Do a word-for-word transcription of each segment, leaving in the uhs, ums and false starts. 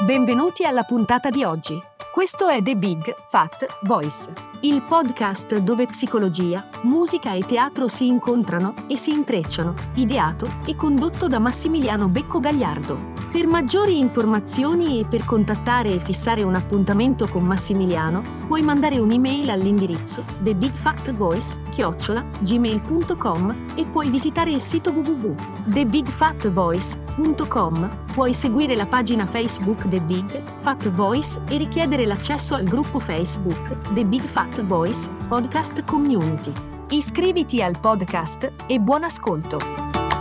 Benvenuti alla puntata di oggi. Questo è The Big Fat Voice, il podcast dove psicologia, musica e teatro si incontrano e si intrecciano, ideato e condotto da Massimiliano Becco Gagliardo. Per maggiori informazioni e per contattare e fissare un appuntamento con Massimiliano, puoi mandare un'email all'indirizzo the big fat voice chiocciola gmail punto com e puoi visitare il sito w w w punto the big fat voice punto com. Puoi seguire la pagina Facebook The Big Fat Voice e richiedere l'accesso al gruppo Facebook The Big Fat Voice Podcast Community. Iscriviti al podcast e buon ascolto!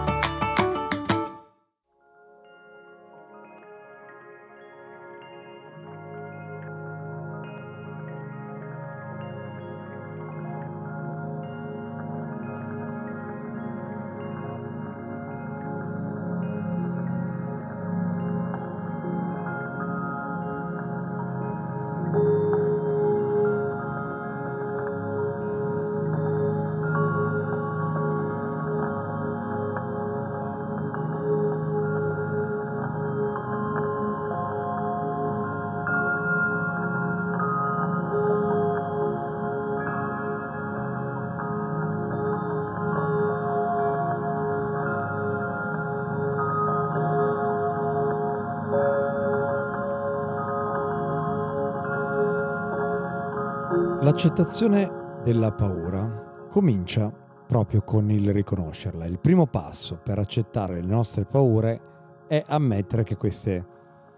L'accettazione della paura comincia proprio con il riconoscerla. Il primo passo per accettare le nostre paure è ammettere che queste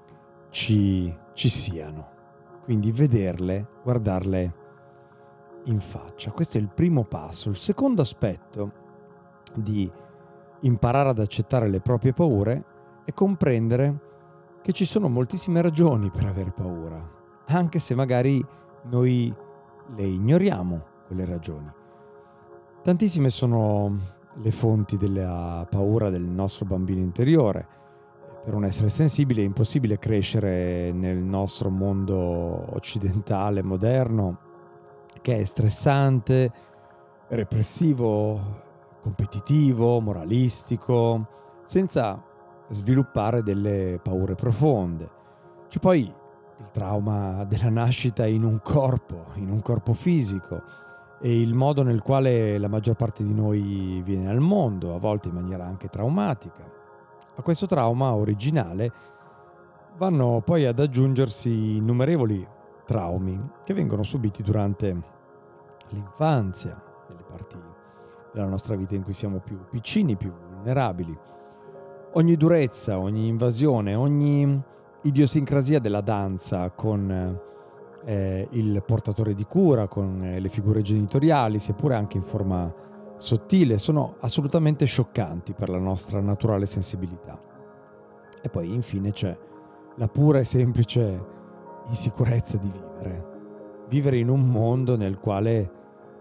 ci, ci siano. Quindi vederle, guardarle in faccia. Questo è il primo passo. Il secondo aspetto di imparare ad accettare le proprie paure è comprendere che ci sono moltissime ragioni per aver paura, anche se magari noi le ignoriamo quelle ragioni. Tantissime sono le fonti della paura del nostro bambino interiore. Per un essere sensibile è impossibile crescere nel nostro mondo occidentale moderno, che è stressante, repressivo, competitivo, moralistico, senza sviluppare delle paure profonde. C'è poi il trauma della nascita in un corpo, in un corpo fisico, e il modo nel quale la maggior parte di noi viene al mondo, a volte in maniera anche traumatica. A questo trauma originale vanno poi ad aggiungersi innumerevoli traumi che vengono subiti durante l'infanzia, nelle parti della nostra vita in cui siamo più piccini, più vulnerabili. Ogni durezza, ogni invasione, ogni idiosincrasia della danza con eh, il portatore di cura, con eh, le figure genitoriali, seppure anche in forma sottile, sono assolutamente scioccanti per la nostra naturale sensibilità. E poi infine c'è la pura e semplice insicurezza di vivere. Vivere in un mondo nel quale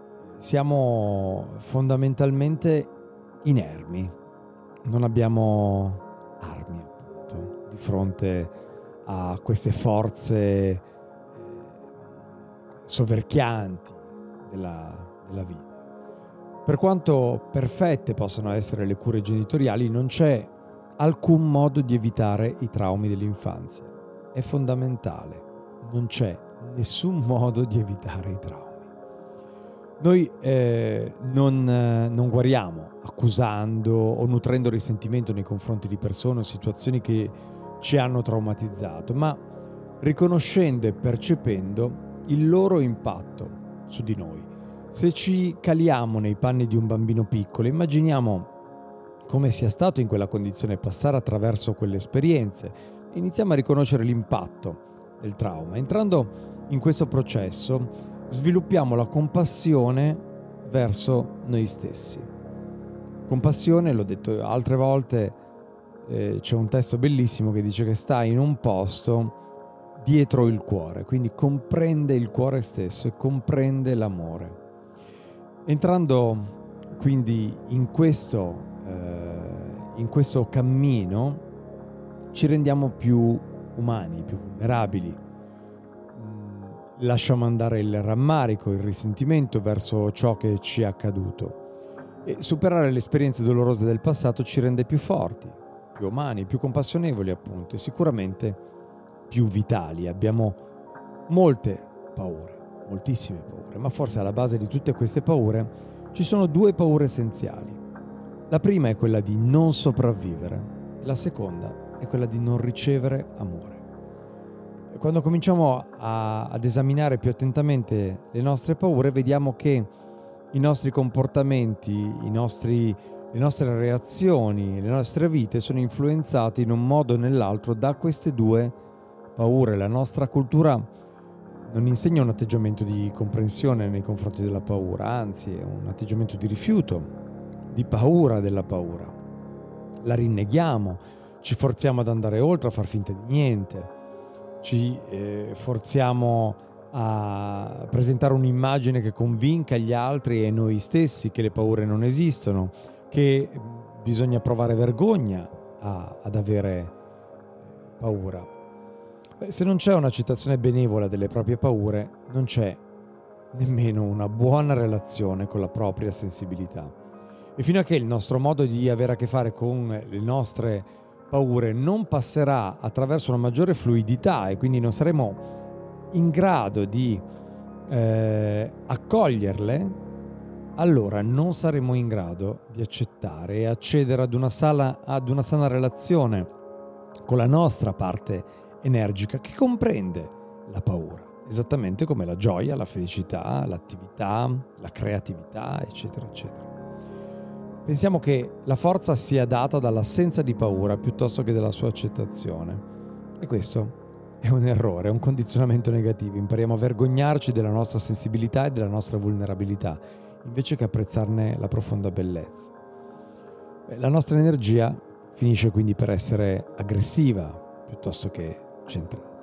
siamo fondamentalmente inermi, non abbiamo armi appunto di fronte a queste forze eh, soverchianti della, della vita. Per quanto perfette possano essere le cure genitoriali, non c'è alcun modo di evitare i traumi dell'infanzia. È fondamentale, non c'è nessun modo di evitare i traumi. Noi eh, non, eh, non guariamo accusando o nutrendo risentimento nei confronti di persone o situazioni che ci hanno traumatizzato, ma riconoscendo e percependo il loro impatto su di noi. Se ci caliamo nei panni di un bambino piccolo, immaginiamo come sia stato in quella condizione passare attraverso quelle esperienze e iniziamo a riconoscere l'impatto del trauma. Entrando in questo processo, sviluppiamo la compassione verso noi stessi. Compassione, l'ho detto altre volte, Eh, c'è un testo bellissimo che dice che sta in un posto dietro il cuore, quindi comprende il cuore stesso e comprende l'amore. Entrando quindi in questo, eh, in questo cammino ci rendiamo più umani, più vulnerabili. Lasciamo andare il rammarico, il risentimento verso ciò che ci è accaduto. E superare le esperienze dolorose del passato ci rende più forti, più umani, più compassionevoli appunto, e sicuramente più vitali. Abbiamo molte paure, moltissime paure, ma forse alla base di tutte queste paure ci sono due paure essenziali. La prima è quella di non sopravvivere, la seconda è quella di non ricevere amore. E quando cominciamo a, ad esaminare più attentamente le nostre paure, vediamo che i nostri comportamenti, i nostri, le nostre reazioni, le nostre vite sono influenzati in un modo o nell'altro da queste due paure. La nostra cultura non insegna un atteggiamento di comprensione nei confronti della paura, anzi è un atteggiamento di rifiuto, di paura della paura. La rinneghiamo, ci forziamo ad andare oltre, a far finta di niente, ci eh, forziamo a presentare un'immagine che convinca gli altri e noi stessi che le paure non esistono, che bisogna provare vergogna a, ad avere paura. Beh, se non c'è un'accettazione benevola delle proprie paure, non c'è nemmeno una buona relazione con la propria sensibilità. E fino a che il nostro modo di avere a che fare con le nostre paure non passerà attraverso una maggiore fluidità e quindi non saremo in grado di eh, accoglierle, allora non saremo in grado di accettare e accedere ad una, sala, ad una sana relazione con la nostra parte energica che comprende la paura, esattamente come la gioia, la felicità, l'attività, la creatività, eccetera, eccetera. Pensiamo che la forza sia data dall'assenza di paura piuttosto che dalla sua accettazione. E questo è un errore, è un condizionamento negativo. Impariamo a vergognarci della nostra sensibilità e della nostra vulnerabilità, invece che apprezzarne la profonda bellezza. La nostra energia finisce quindi per essere aggressiva piuttosto che centrata.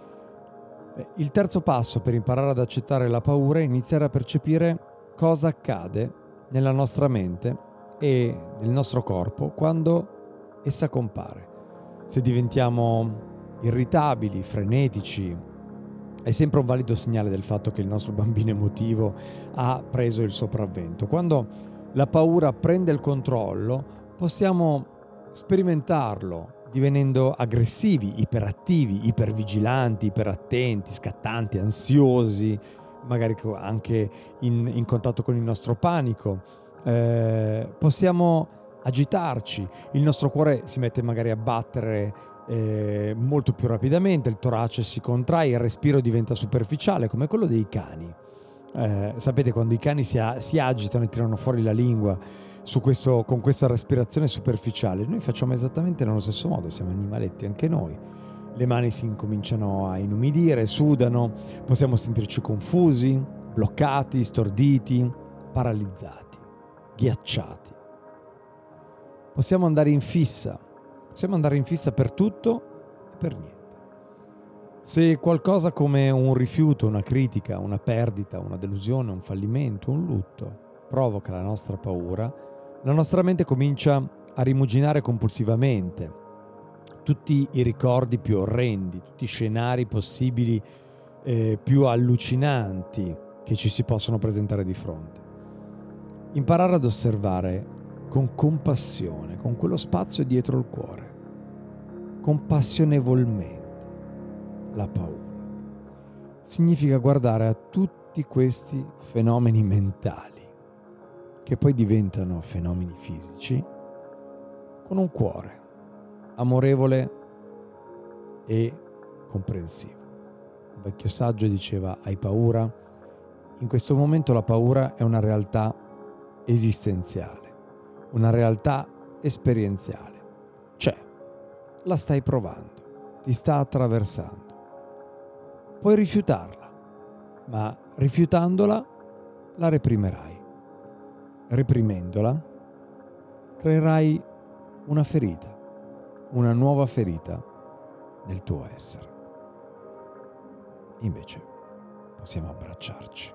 Il terzo passo per imparare ad accettare la paura è iniziare a percepire cosa accade nella nostra mente e nel nostro corpo quando essa compare. Se diventiamo irritabili, frenetici, è sempre un valido segnale del fatto che il nostro bambino emotivo ha preso il sopravvento. Quando la paura prende il controllo, possiamo sperimentarlo divenendo aggressivi, iperattivi, ipervigilanti, iperattenti, scattanti, ansiosi, magari anche in, in contatto con il nostro panico. Eh, possiamo agitarci, il nostro cuore si mette magari a battere eh, molto più rapidamente, il torace si contrae, il respiro diventa superficiale come quello dei cani. Eh, sapete, quando i cani si, a, si agitano e tirano fuori la lingua su questo, con questa respirazione superficiale, noi facciamo esattamente nello stesso modo, siamo animaletti anche noi. Le mani si incominciano a inumidire, sudano, possiamo sentirci confusi, bloccati, storditi, paralizzati, ghiacciati. Possiamo andare in fissa, possiamo andare in fissa per tutto e per niente. Se qualcosa come un rifiuto, una critica, una perdita, una delusione, un fallimento, un lutto provoca la nostra paura, la nostra mente comincia a rimuginare compulsivamente tutti i ricordi più orrendi, tutti i scenari possibili eh, più allucinanti che ci si possono presentare di fronte. Imparare ad osservare con compassione, con quello spazio dietro il cuore, compassionevolmente, la paura. Significa guardare a tutti questi fenomeni mentali, che poi diventano fenomeni fisici, con un cuore amorevole e comprensivo. Un vecchio saggio diceva: hai paura? In questo momento la paura è una realtà esistenziale, una realtà esperienziale. C'è, la stai provando, ti sta attraversando. Puoi rifiutarla, ma rifiutandola la reprimerai. Reprimendola creerai una ferita, una nuova ferita nel tuo essere. Invece possiamo abbracciarci,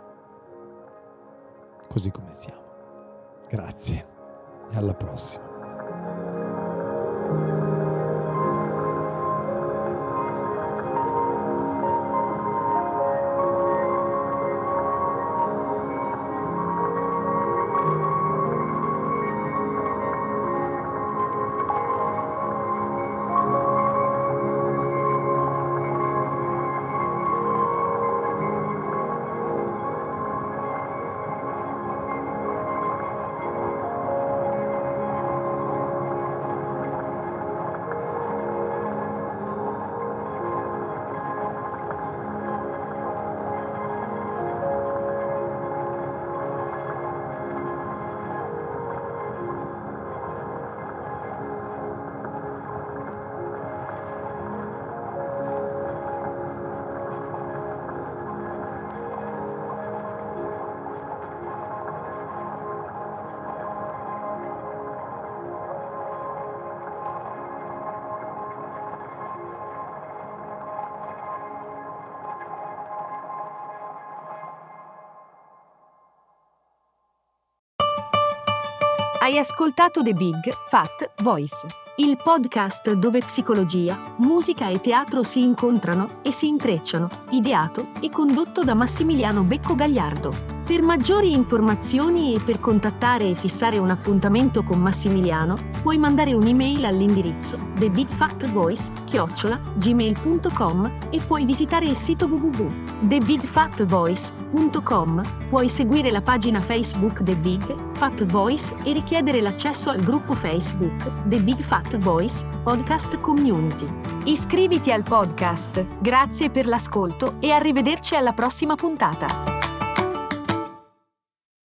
così come siamo. Grazie e alla prossima. Hai ascoltato The Big Fat Voice, il podcast dove psicologia, musica e teatro si incontrano e si intrecciano, ideato e condotto da Massimiliano Becco Gagliardo. Per maggiori informazioni e per contattare e fissare un appuntamento con Massimiliano, puoi mandare un'email all'indirizzo the big fat voice chiocciola gmail punto com e puoi visitare il sito w w w punto the big fat voice punto com. Puoi seguire la pagina Facebook The Big Fat Voice e richiedere l'accesso al gruppo Facebook The Big Fat Voice Podcast Community. Iscriviti al podcast. Grazie per l'ascolto e arrivederci alla prossima puntata.